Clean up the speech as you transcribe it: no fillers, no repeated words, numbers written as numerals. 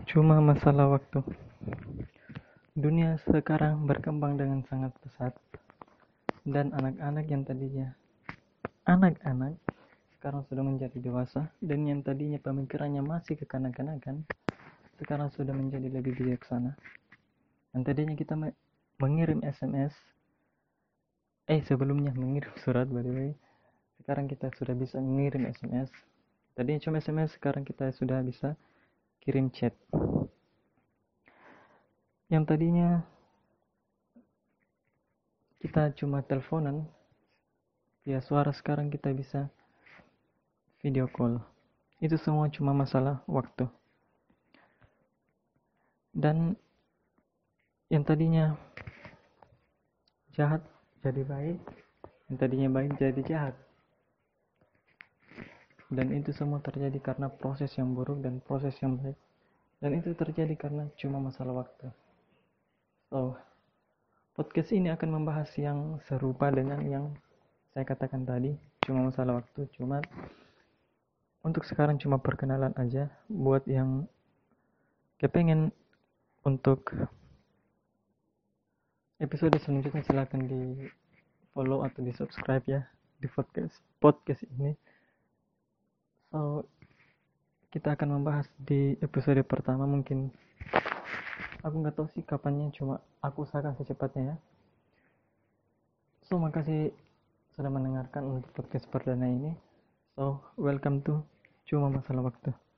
Cuma masalah waktu. Dunia sekarang berkembang dengan sangat pesat, dan anak-anak yang tadinya anak-anak sekarang sudah menjadi dewasa, dan yang tadinya pemikirannya masih kekanak-kanakan sekarang sudah menjadi lebih bijaksana. Yang tadinya kita mengirim SMS, sebelumnya mengirim surat, by the way, sekarang kita sudah bisa mengirim SMS. Tadinya cuma SMS, sekarang kita sudah bisa kirim chat. Yang tadinya kita cuma teleponan via suara, sekarang kita bisa video call. Itu semua cuma masalah waktu. Dan yang tadinya jahat jadi baik, yang tadinya baik jadi jahat. Dan itu semua terjadi karena proses yang buruk dan proses yang baik. Dan itu terjadi karena cuma masalah waktu. So, podcast ini akan membahas yang serupa dengan yang saya katakan tadi, cuma masalah waktu. Cuma untuk sekarang cuma perkenalan aja. Buat yang kepengen untuk episode selanjutnya, silahkan di follow atau di subscribe ya di podcast ini. So, kita akan membahas di episode pertama. Mungkin aku nggak tahu sih kapannya, cuma aku usahakan secepatnya ya. So, makasih sudah mendengarkan untuk podcast perdana ini. So, welcome to Cuma Masalah Waktu.